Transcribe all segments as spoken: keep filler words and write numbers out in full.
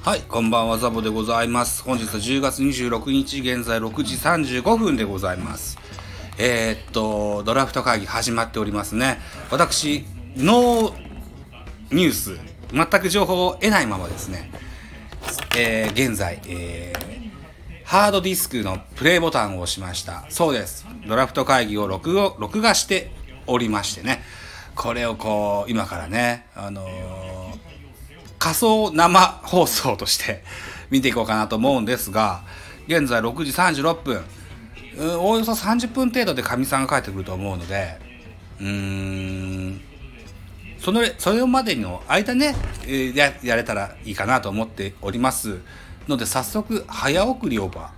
はい、こんばんは、ザボでございます。本日はじゅうがつにじゅうろくにち、現在ろくじさんじゅうごふんでございます。えー、っと、ドラフト会議始まっておりますね。私、ノーニュース、全く情報を得ないままですね、えー、現在、えー、ハードディスクのプレイボタンを押しました。そうです。ドラフト会議を録画、録画しておりましてね、これをこう、今からね、あのー、仮想生放送として見ていこうかなと思うんですが、現在ろくじさんじゅうろっぷん、おおよそさんじゅっぷん程度でかみさんが帰ってくると思うので、うーんそのそれまでの間ね、えー、や, やれたらいいかなと思っておりますので、早速早送りオーバ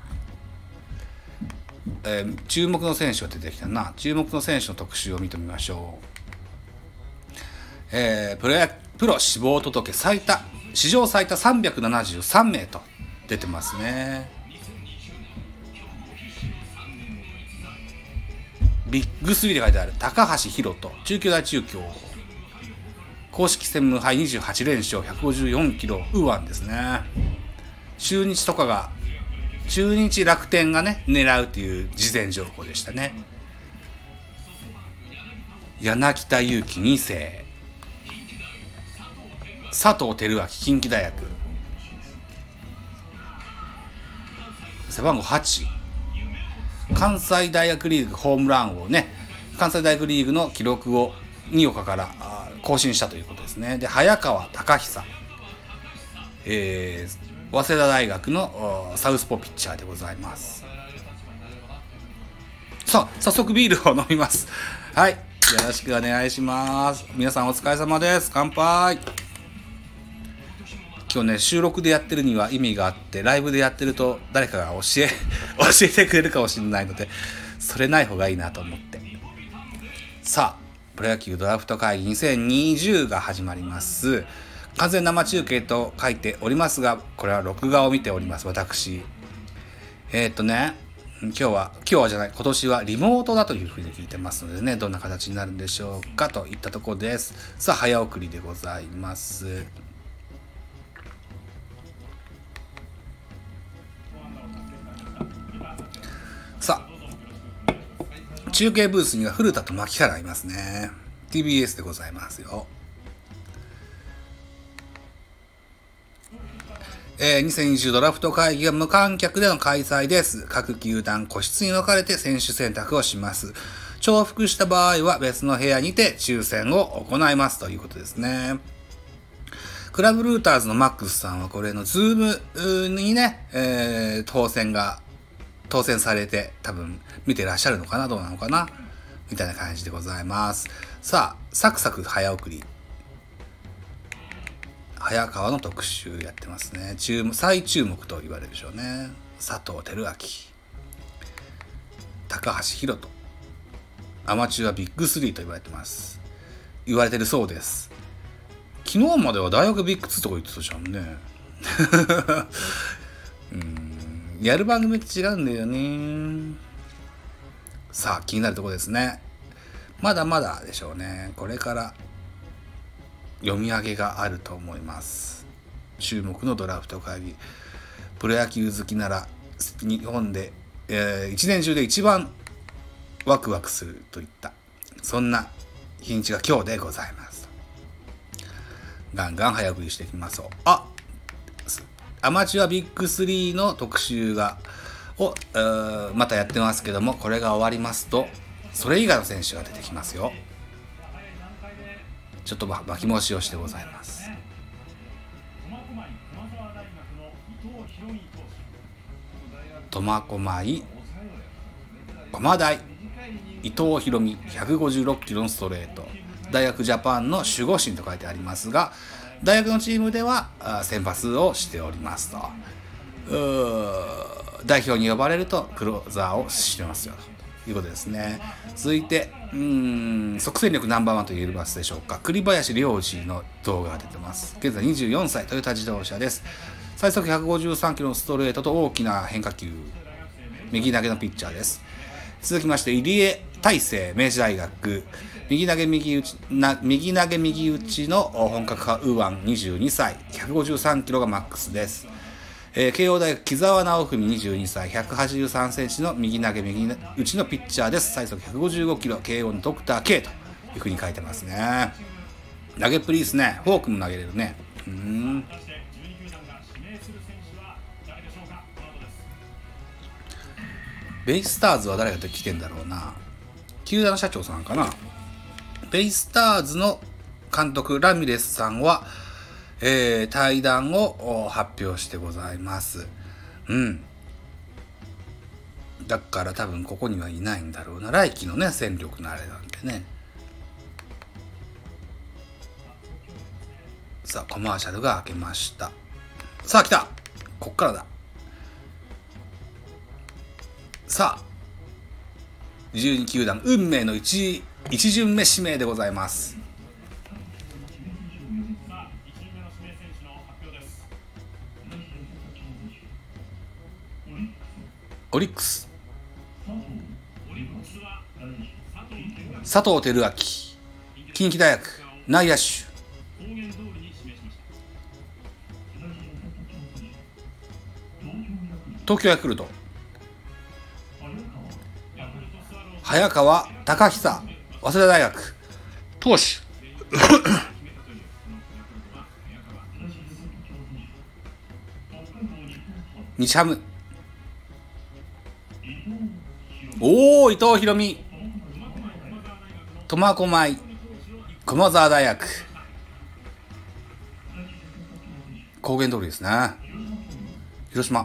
ー、えー、注目の選手が出てきたな。注目の選手の特集を見てみましょう。えー、プロ野プロ志望届最多史上最多さんびゃくななじゅうさんめいと出てますね。ビッグスリーで書いてある高橋宏斗、中京大中京、公式戦無敗にじゅうはちれんしょう、ひゃくごじゅうよんキロ右腕ですね。中日とかが中日楽天がね狙うという事前情報でしたね。柳田悠岐にせい、佐藤輝明近畿大学、背番号はち、関西大学リーグホームラン王ね、関西大学リーグの記録をにおかから更新したということですね。で、早川隆久、えー、早稲田大学のサウスポーピッチャーでございます。さあ、早速ビールを飲みます。はい、よろしくお願いします。皆さんお疲れ様です。乾杯。今日ね、収録でやってるには意味があって、ライブでやってると誰かが教え教えてくれるかもしれないので、それない方がいいなと思って。さあ、プロ野球ドラフト会議にせんにじゅうが始まります。完全生中継と書いておりますが、これは録画を見ております、私。えー、っとね今日は今日はじゃない今年はリモートだというふうに聞いてますのでね、どんな形になるんでしょうかといったところです。さあ、早送りでございます。さあ、中継ブースには古田と牧原いますね。 ティービーエス でございますよ。えー、にせんにじゅうドラフト会議は無観客での開催です。各球団個室に分かれて選手選択をします。重複した場合は別の部屋にて抽選を行いますということですね。クラブルーターズのマックスさんはこれのズームにね、えー、当選が当選されて多分見てらっしゃるのかな、どうなのかなみたいな感じでございます。さあ、サクサク早送り、早川の特集やってますね。注目再注目と言われるでしょうね。佐藤輝明、高橋宏斗、アマチュアビッグスリーと言われてます言われてるそうです。昨日までは大学ビッグツーとか言ってたじゃんねうんやる番組って違うんだよね。さあ、気になるところですね。まだまだでしょうね。これから読み上げがあると思います。注目のドラフト会議、プロ野球好きなら日本で、えー、一年中で一番ワクワクするといったそんな日にちが今日でございます。ガンガン早送りしていきましょう。あ、アマチュアビッグスリーの特集がをまたやってますけども、これが終わりますとそれ以外の選手が出てきますよ。ちょっと巻き戻しをしてございます。苫小牧駒大伊藤大海、ひゃくごじゅうろっキロのストレート、大学ジャパンの守護神と書いてありますが、大学のチームでは先発をしておりますと。うー代表に呼ばれるとクローザーをしてますよということですね。続いてうーん即戦力ナンバーワンと言えますでしょうか、栗林良二の動画が出てます。現在にじゅうよんさい、トヨタ自動車です。最速ひゃくごじゅうさんキロのストレートと大きな変化球、右投げのピッチャーです。 続きまして入江大成明治大学右投げ右打ちな右投げ右打ちの本格派右腕にじゅうにさいひゃくごじゅうさんキロがマックスです。えー、慶応大学木澤直文にじゅうにさいひゃくはちじゅうさんセンチの右投げ右打ちのピッチャーです。最速ひゃくごじゅうごキロ慶応のドクター K というふうに書いてますね。投げっぷりですね。フォークも投げれるね。うーんベイスターズは誰が来てんだろうな。球団社長さんかな。ベイスターズの監督ラミレスさんは、えー、退団を発表してございます。うん。だから多分ここにはいないんだろうな。来季のね戦力のあれなんでね。さあコマーシャルが開けました。さあ来た。こっからだ。さあじゅうに球団運命の 1, 1巡目指名でございます。オリックス佐藤輝明近畿大学内野手。東京ヤクルト早川隆久早稲田大学投手日ハムおー伊藤大海苫小牧駒澤大学高原通りですね。広島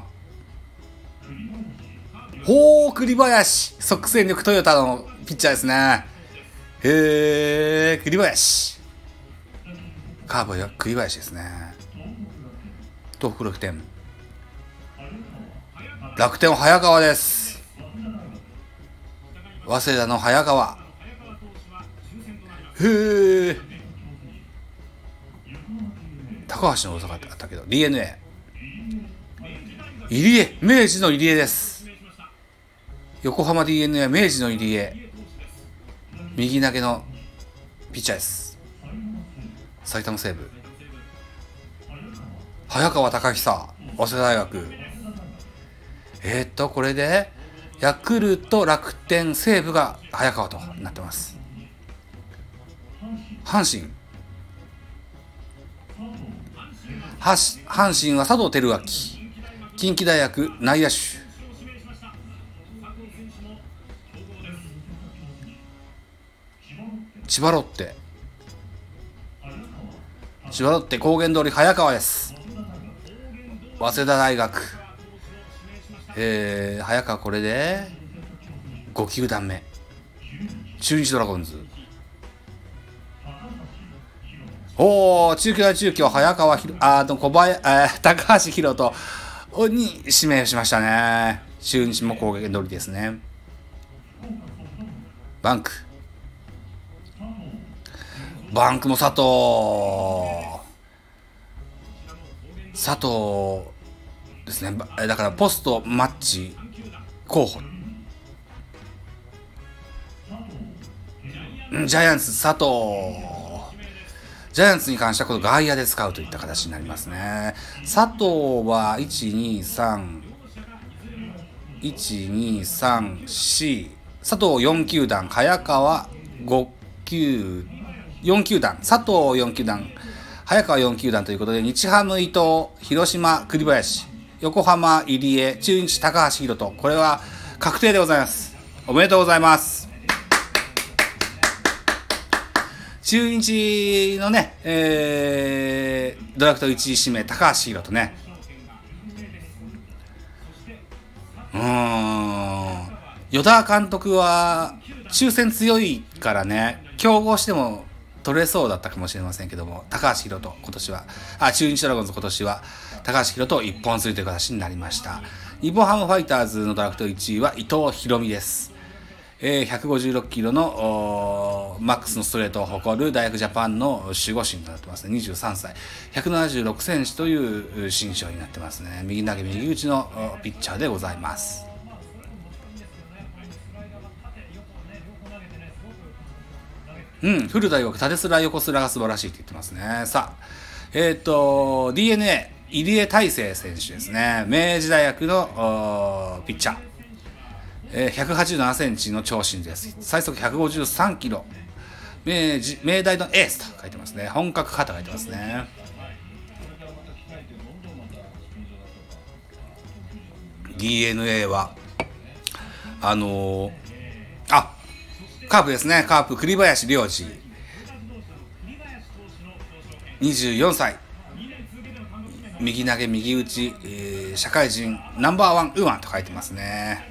ほー栗林即戦力トヨタのピッチャーですね。へー栗林カーブは栗林ですね。東北楽天楽天は早川です。早稲田の早川へー高橋の大阪ってあったけど ディーエヌエー 入江明治の入江です。横浜 ディーエヌエー 明治の入江右投げのピッチャーです。埼玉西武早川隆久早稲田大学えー、っとこれでヤクルト楽天西武が早川となってます。阪神阪神は佐藤輝明近畿大学内野手。千葉ロッテ千葉ロッテ高原通り早川です。早稲田大学、えー、早川これでご球団目中日ドラゴンズおー中京大中京早川ひろあー小林、えー、高橋宏斗に指名しましたね。中日も攻撃通りですね。バンクバンクも佐藤佐藤ですね。だからポストマッチ候補ジャイアンツ佐藤ジャイアンツに関してはこの外野で使うといった形になりますね。佐藤はいち、に、さん いち、に、さん、よん佐藤よん球団早川ご球よん球団佐藤よん球団早川よん球団ということで日ハム伊藤広島栗林横浜入江中日高橋宏斗これは確定でございます。おめでとうございます。中日のね、えー、ドラフトいちい指名高橋宏斗ねうーん与田監督は抽選強いからね競合しても取れそうだったかもしれませんけども高橋宏斗今年はあ中日ドラゴンズ今年は高橋宏斗一本釣りという形になりました。日本ハムファイターズのドラフトいちいは伊藤大海です。えー、ひゃくごじゅうろくキロのマックスのストレートを誇る大学ジャパンの守護神となってますね。にじゅうさんさいひゃくななじゅうろくセンチという身長になってますね。右投げ右打ちのピッチャーでございます。 うん、古田曰く縦スラ横スラが素晴らしいって言ってますね。さあ、えっ、ー、と、ディーエヌエー、入江大成選手ですね。明治大学のピッチャー。えー、ひゃくはちじゅうななセンチの長身です。最速ひゃくごじゅうさんキロ。明治、明大のエースと書いてますね。本格派と書いてますね。ディーエヌエー は、あのー、あ、カープですね。カープ栗林良二。にじゅうよんさい。右投げ右打ち、えー、社会人ナンバーワンウーマンと書いてますね。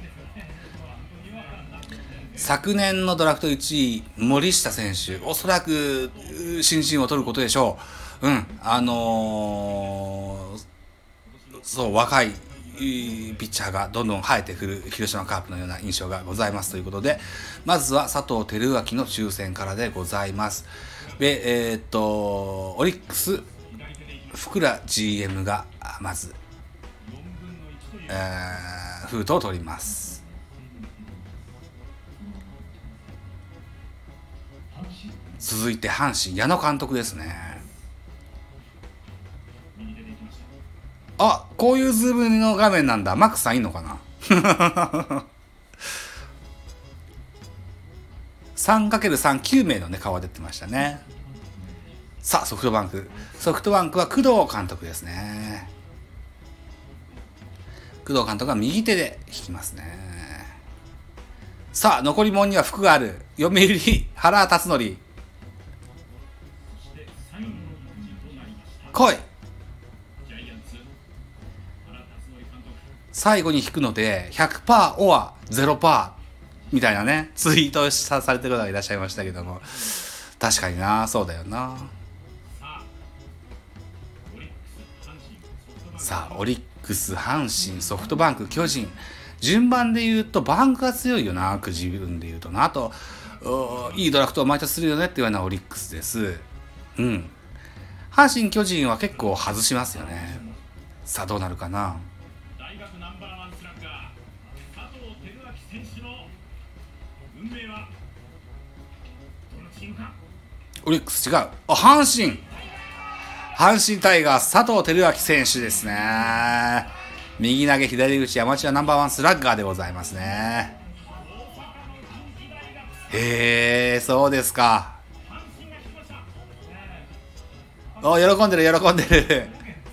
昨年のドラフトいちい森下選手、おそらく新人を取ることでしょう。うんあのー、そう若いピッチャーがどんどん生えてくる広島カープのような印象がございますということで、まずは佐藤輝明の抽選からでございます。で、えー、っとオリックス福良 ジーエム がまず、えー、封筒を取ります。続いて阪神矢野監督ですね。あ、こういうズームの画面なんだ。マックスさんいんのかなさんかけるさん、きゅうめいのね顔が出てましたね。さあソフトバンクソフトバンクは工藤監督ですね。工藤監督が右手で引きますね。さあ残り門には服がある読売原辰徳。来い。最後に引くので ひゃくパーセント オア ゼロパーセント みたいなねツイートされてる方がいらっしゃいましたけども、確かにな、そうだよな。さあオリックス阪神ソフトバンク巨人、順番で言うとバンクが強いよな、くじ運で言うとな。あといいドラフトを毎年するよねっていうのはオリックスです。うん、阪神巨人は結構外しますよね。さあどうなるかな。大学ナンバーワンスラッガー佐藤輝明選手の運命はどのチームか。オリックス違う。あ、阪神阪神タイガース佐藤輝明選手ですね。右投げ左打ちアマチュアナンバーワンスラッガーでございますね。へえ、そうですか。お、喜んでる喜んでる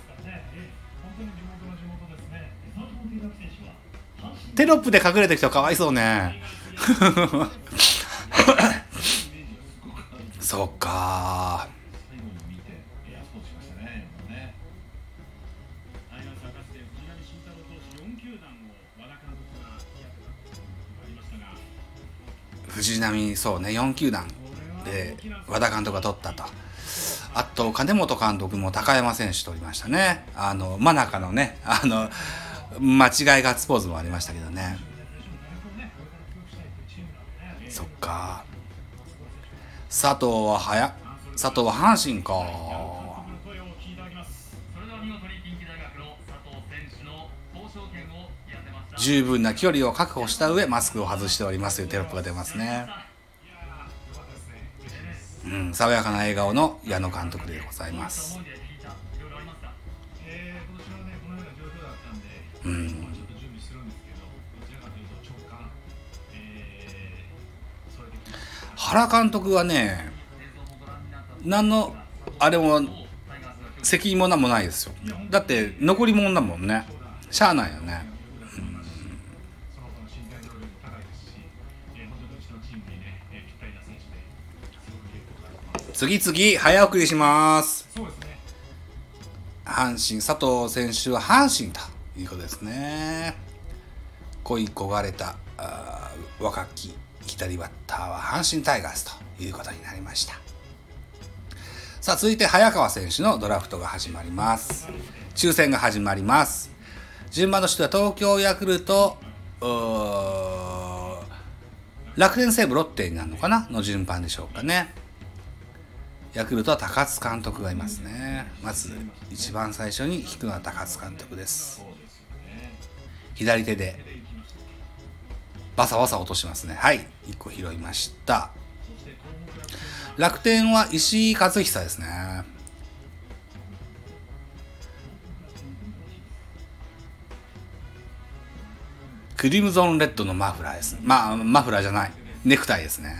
テロップで隠れてる人かわいそうねそっか藤浪、そうね、よんきゅうだんで和田監督が取ったと。あと金本監督も高山選手取りましたね。あの真中のね、あの間違いガッツポーズもありましたけどね。そっか。佐藤は早佐藤は阪神か。十分な距離を確保した上マスクを外しておりますというテロップが出ますね。うん、爽やかな笑顔の矢野監督でございます。うん、原監督はね、何のあれも責任もなんもないですよ。だって残りもんだもんね。しゃあないよね。うん、次々早送りします。阪神佐藤選手は阪神ということですね。恋焦がれた若き左バッターは阪神タイガースということになりました。さあ続いて早川選手のドラフトが始まります。抽選が始まります。順番としては東京ヤクルト、楽天西武ロッテになるのかなの順番でしょうかね。ヤクルトは高津監督がいますね。まず一番最初に引くのは高津監督です。左手でバサバサ落としますね。はい、いっこ拾いました。 楽天は石井和久ですね。クリムゾンレッドのマフラーです。まあマフラーじゃない、ネクタイですね。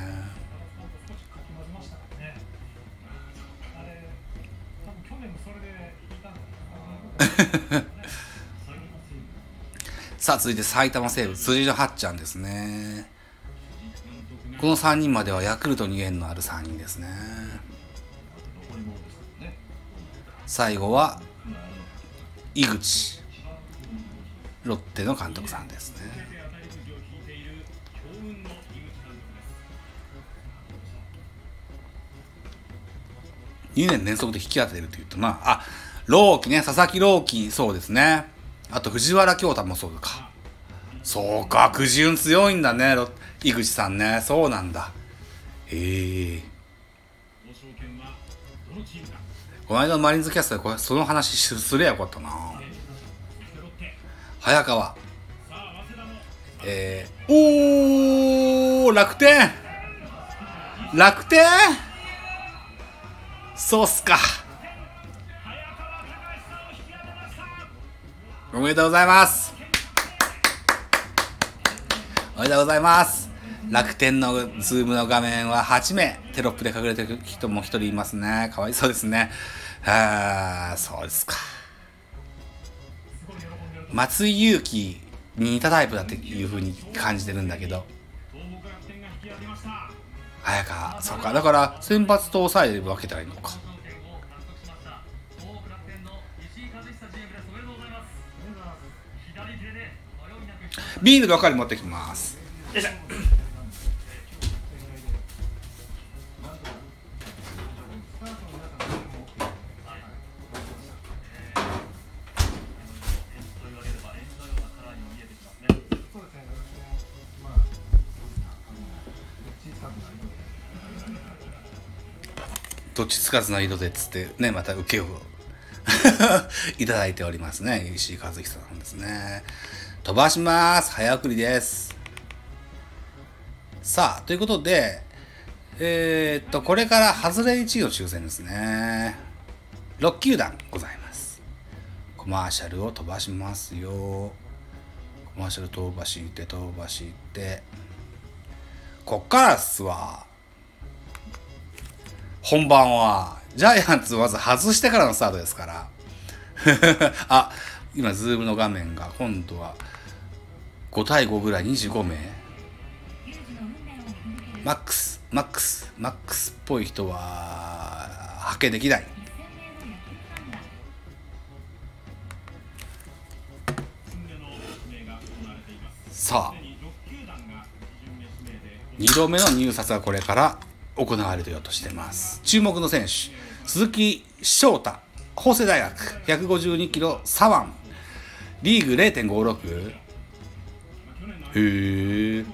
さあ続いて埼玉西武辻のはっちゃんですね。このさんにんまではヤクルトに縁のあるさんにんですね。最後は井口、ロッテの監督さんですね。にねん連続で引き当てるというと、まあ、あ、朗希ね、佐々木朗希、そうですね。あと藤原恭太もそうか。そうか、くじ運強いんだね、井口さんね。そうなんだ。へえ。この間のマリーンズキャストでこれその話すればよかったな。早川。えー、おー、楽天楽天そうっすか。おめでとうございます。おめでとうございます。楽天のズームの画面ははちめい、テロップで隠れてる人もひとりいますね。かわいそうですね。あー、そうですか。松井裕樹に似たタイプだっていう風に感じてるんだけど、早川、そうか。だから先発と抑えで分けたらいいのか。ビールばかり持ってきます。よいしょ。どっちつかずな色でっつってね、また受けをいただいておりますね。石井和久さんですね。飛ばします。早送りです。さあ、ということで、えー、っと、これから外れいちいの抽選ですね。ろっきゅうだんございます。コマーシャルを飛ばしますよ。コマーシャル飛ばして飛ばして、こっからっすわ。本番はジャイアンツまず外してからのスタートですからあ、今ズームの画面が今度はごたいごぐらいにじゅうごめい。マックスマックスマックスっぽい人は派遣できない。さあにどめの入札がこれから行われるとしています。注目の選手、鈴木翔太、法政大学ひゃくごじゅうにキロ左腕、リーグ れいてんごろく。 へえ。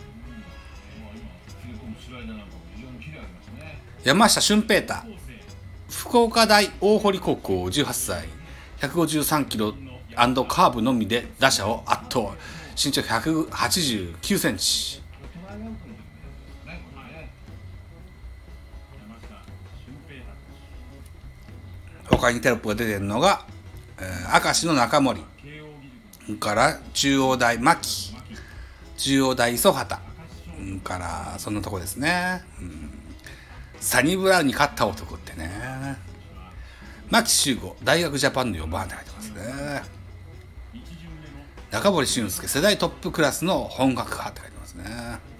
山下俊平太、福岡大大堀高校じゅうはっさい、ひゃくごじゅうさんキロカーブのみで打者を圧倒、身長ひゃくはちじゅうきゅうセンチ。他にテロップが出てるのが、えー、明石の中森から中央大牧、中央大磯畑からそんなとこですね、うん、サニブラウンに勝った男ってね、牧秀悟大学ジャパンのよんばんって書いてますね。中堀俊介世代トップクラスの本格派って書いてますね。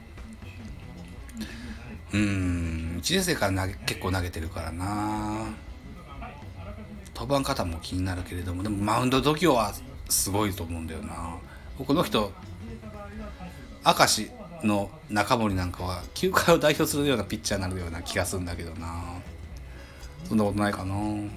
うーん、いちねん生から投げ結構投げてるからな。登板方も気になるけれども、でもマウンド度胸はすごいと思うんだよな。この人明石の中森なんかは球界を代表するようなピッチャーになるような気がするんだけどな。そんなことないかな。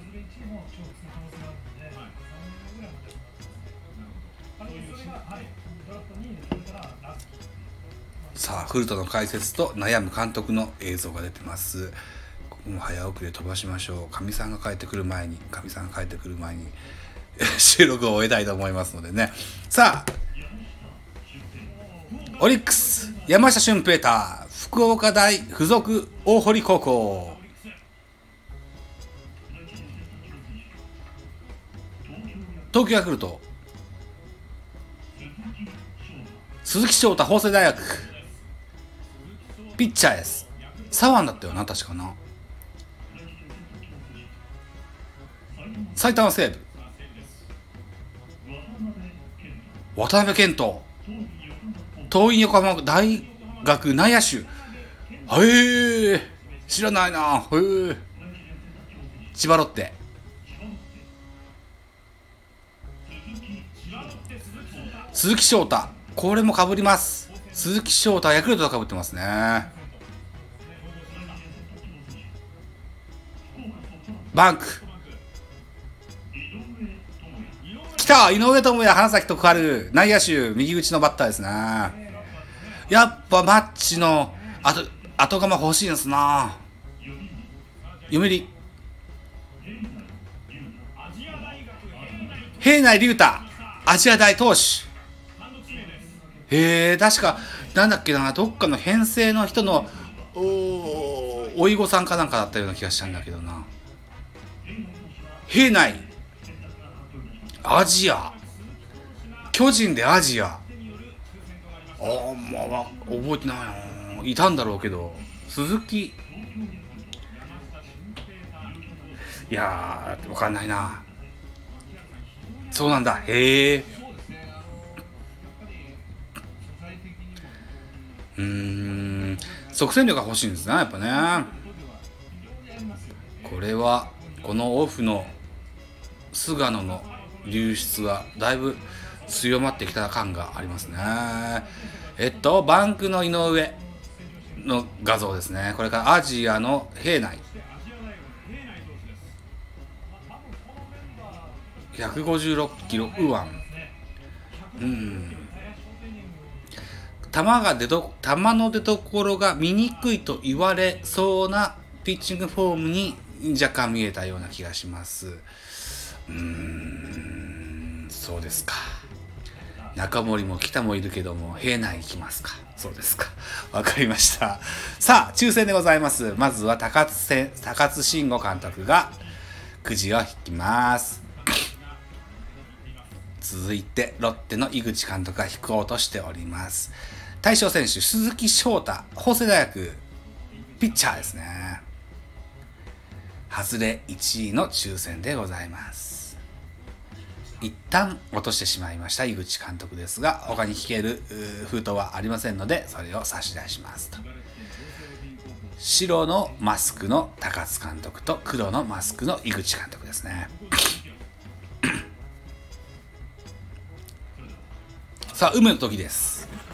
さあ古田の解説と悩む監督の映像が出てます。もう早送りで飛ばしましょう。かみさんが帰ってくる前にかみさんが帰ってくる前に収録を終えたいと思いますのでね。さあオリックス山下俊平太、 福岡大附属大堀高校。東京ヤクルト鈴木翔太法政大学ピッチャーです。左腕だったよな確かな。埼玉西武渡辺健人桐蔭横浜大学内野手。へえ知らないな。へえ千葉ロッテ鈴木翔太、これも被ります。鈴木翔太ヤクルトと被ってますね。バンク来た井上智也花咲徳栄内野手右打ちのバッターですね。やっぱマッチの後後釜欲しいですな。読売平内龍太アジア大投手。へえ確かなんだっけな、どっかの編成の人のおおい子さんかなんかだったような気がしたんだけどな。平内アジア巨人でアジアああまあ覚えてないな。いたんだろうけど鈴木いやーわかんないな。そうなんだ。へえうーん即戦力が欲しいんですねやっぱね。これはこのオフの菅野の流出がだいぶ強まってきた感がありますね。えっとバンクの井上の画像ですね。これからアジアの平内ひゃくごじゅうろっキロ右腕。うん球が出ど球の出所が見にくいと言われそうなピッチングフォームに若干見えたような気がします。うーんそうですか。中森も北もいるけども平内行きますか。そうですかわかりました。さあ抽選でございます。まずは高津高津慎吾監督がくじを引きます。続いてロッテの井口監督が引こうとしております。対象選手鈴木翔太法政大学ピッチャーですね。外れいちいの抽選でございます。一旦落としてしまいました井口監督ですが他に引ける封筒はありませんのでそれを差し出しますと。白のマスクの高津監督と黒のマスクの井口監督ですね。さあ運命の時です。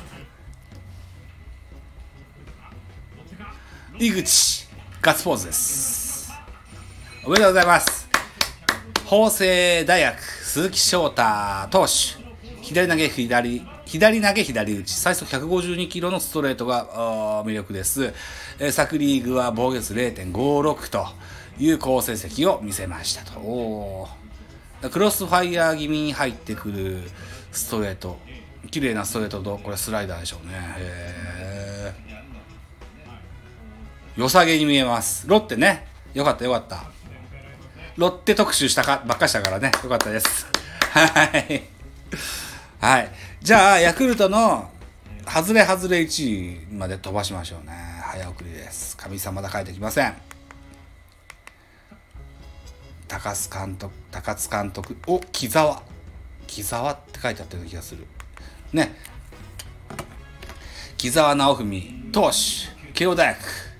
井口ガッツポーズです。おめでとうございます。法政大学鈴木翔太投手左投げ左左投げ左打ち最速ひゃくごじゅうにキロのストレートが魅力です。えー、昨リーグは防御率 れいてんごろく という好成績を見せましたと。おクロスファイヤー気味に入ってくるストレート綺麗なストレートとこれスライダーでしょうね。へー良さげに見えます。ロッテねよかったよかった。ロッテ特集したかばっかしたからねよかったです。はいはいじゃあヤクルトの外れ外れいちいまで飛ばしましょうね。早送りです。上さんまだ書いてきません。高津監督高津監督お木澤木澤って書いてあったような気がするね。木澤直文投手慶応大学。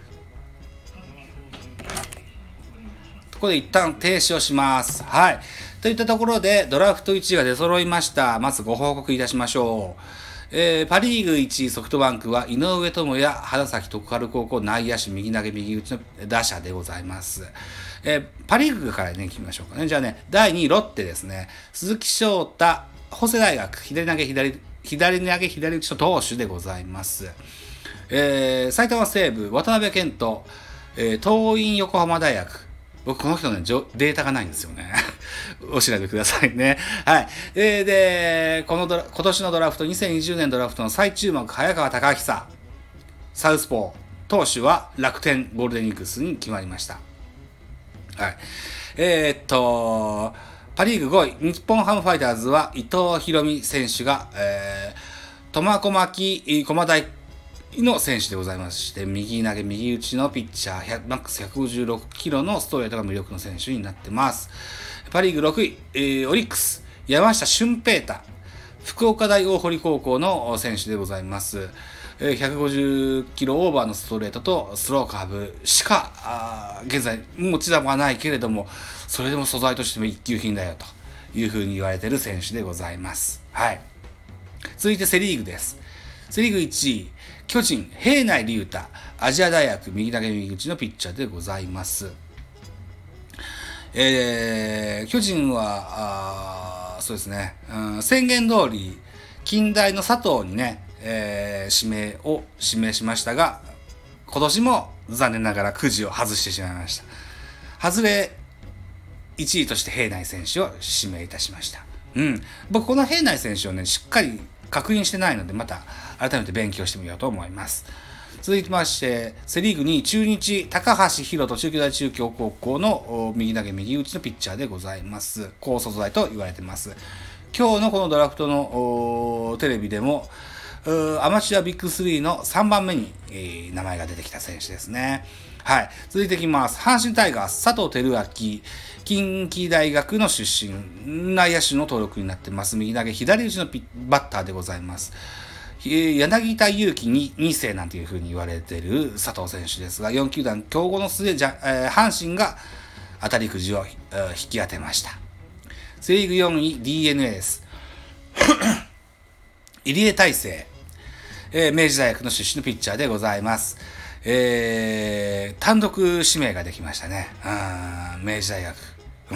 ここで一旦停止をします。はい。といったところでドラフトいちいが出揃いました。まずご報告いたしましょう。えー、パリーグいちいソフトバンクは井上智也花咲徳栄高校内野手右投げ右打ちの打者でございます。えー、パリーグからね聞きましょうかね。じゃあねだいにいロッテですね。鈴木翔太法政大学左投げ左左投げ左打ちの投手でございます。えー、埼玉西武渡辺健人、えー、桐蔭横浜大学。僕この人の、ね、データがないんですよね。お調べくださいね。はい。えー、で、このドラ今年のドラフト、にせんにじゅうねんドラフトの最注目、早川隆久、サウスポー。 投手は楽天ゴールデンイーグルスに決まりました。はい。えー、っと、パリーグごい、日本ハムファイターズは伊藤大海選手が、えー、苫小牧駒大の選手でございまして、右投げ右打ちのピッチャー、マックスひゃくごじゅうろくキロのストレートが魅力の選手になってます。パリーグろくい、えー、オリックス、山下俊平太、福岡大大濠高校の選手でございます。ひゃくごじゅうキロオーバーのストレートとスローカーブしか、あ現在持ち球はないけれども、それでも素材としても一級品だよというふうに言われている選手でございます。はい。続いてセリーグです。セリーグいちい、巨人、平内龍太、アジア大学右投げ右打ちのピッチャーでございます。えー、巨人は、あそうですね、うん、宣言通り、近代の佐藤にね、えー、指名を指名しましたが、今年も残念ながらくじを外してしまいました。外れいちいとして平内選手を指名いたしました。うん。僕この平内選手をね、しっかり確認してないので、また改めて勉強してみようと思います。続きまして、セリーグに中日、高橋宏斗中京大中京高校の右投げ右打ちのピッチャーでございます。高卒大と言われています。今日のこのドラフトのテレビでも、アマチュアビッグスリーのさんばんめに、えー、名前が出てきた選手ですね。はい。続いていきます。阪神タイガース、佐藤輝明、近畿大学の出身、内野手の登録になってます。右投げ、左打ちのバッターでございます。柳田悠岐にに世なんていう風に言われている佐藤選手ですが、よん球団競合の末、じゃ、えー、阪神が当たりくじを、えー、引き当てました。セリーグよんい ディーエヌエー です。入江大生、えー、明治大学の出身のピッチャーでございます。えー、単独指名ができましたね。うん、明治大学。うん、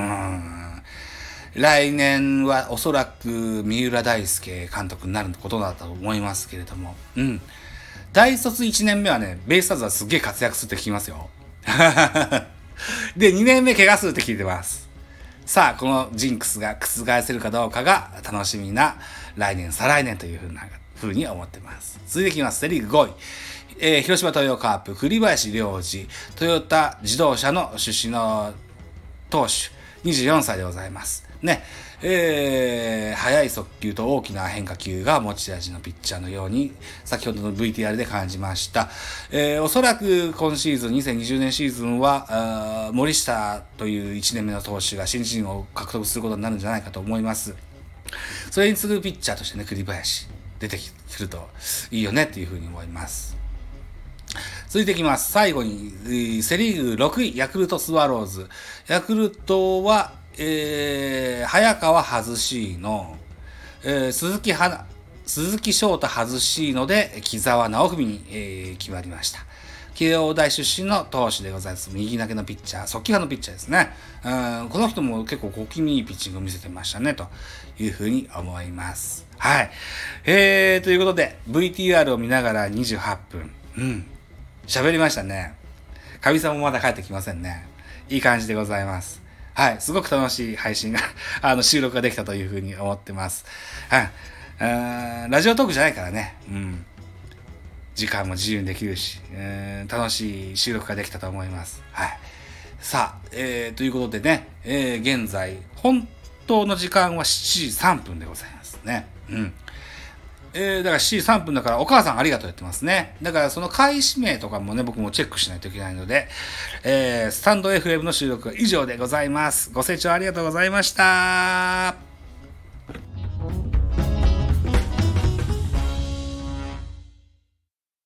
来年はおそらく三浦大輔監督になることだと思いますけれども、うん。大卒いちねんめはね、ベイスターズはすげえ活躍するって聞きますよ。で、にねんめ怪我するって聞いてます。さあ、このジンクスが覆せるかどうかが楽しみな来年、再来年というふうなふうに思ってます。続いていきます。セリーグごい。えー、広島東洋カープ、栗林良二、トヨタ自動車の出身の投手、にじゅうよんさいでございます。ね。えー、速い速球と大きな変化球が持ち味のピッチャーのように、先ほどの ブイティーアール で感じました。えー、おそらく今シーズン、にせんにじゅうねんシーズンは、森下といういちねんめの投手が新人を獲得することになるんじゃないかと思います。それに次ぐピッチャーとしてね、栗林出てくるといいよねっていうふうに思います。続いていきます。最後に、セリーグろくい、ヤクルトスワローズ。ヤクルトは、えー、早川外しの、えー、鈴木は鈴木翔太外しので、木澤直文に、えー、決まりました。慶応大出身の投手でございます。右投げのピッチャー、速球派のピッチャーですね。うん、この人も結構小気味いいピッチングを見せてましたね、というふうに思います。はい。えー、ということで、ブイティーアール を見ながらにじゅうはっぷん。うん。喋りましたね。かみさんもまだ帰ってきませんね。いい感じでございます。はい。すごく楽しい配信が、あの、収録ができたというふうに思ってます。はい。ラジオトークじゃないからね。うん。時間も自由にできるし、えー、楽しい収録ができたと思います。はい。さあ、えー、ということでね、えー、現在、本当の時間はしちじさんぷんでございますね。うん。えー、だからしちじさんぷんだからお母さんありがとうやってますね。だからその開始名とかもね、僕もチェックしないといけないので、えー、スタンド エフエム の収録は以上でございます。ご清聴ありがとうございました。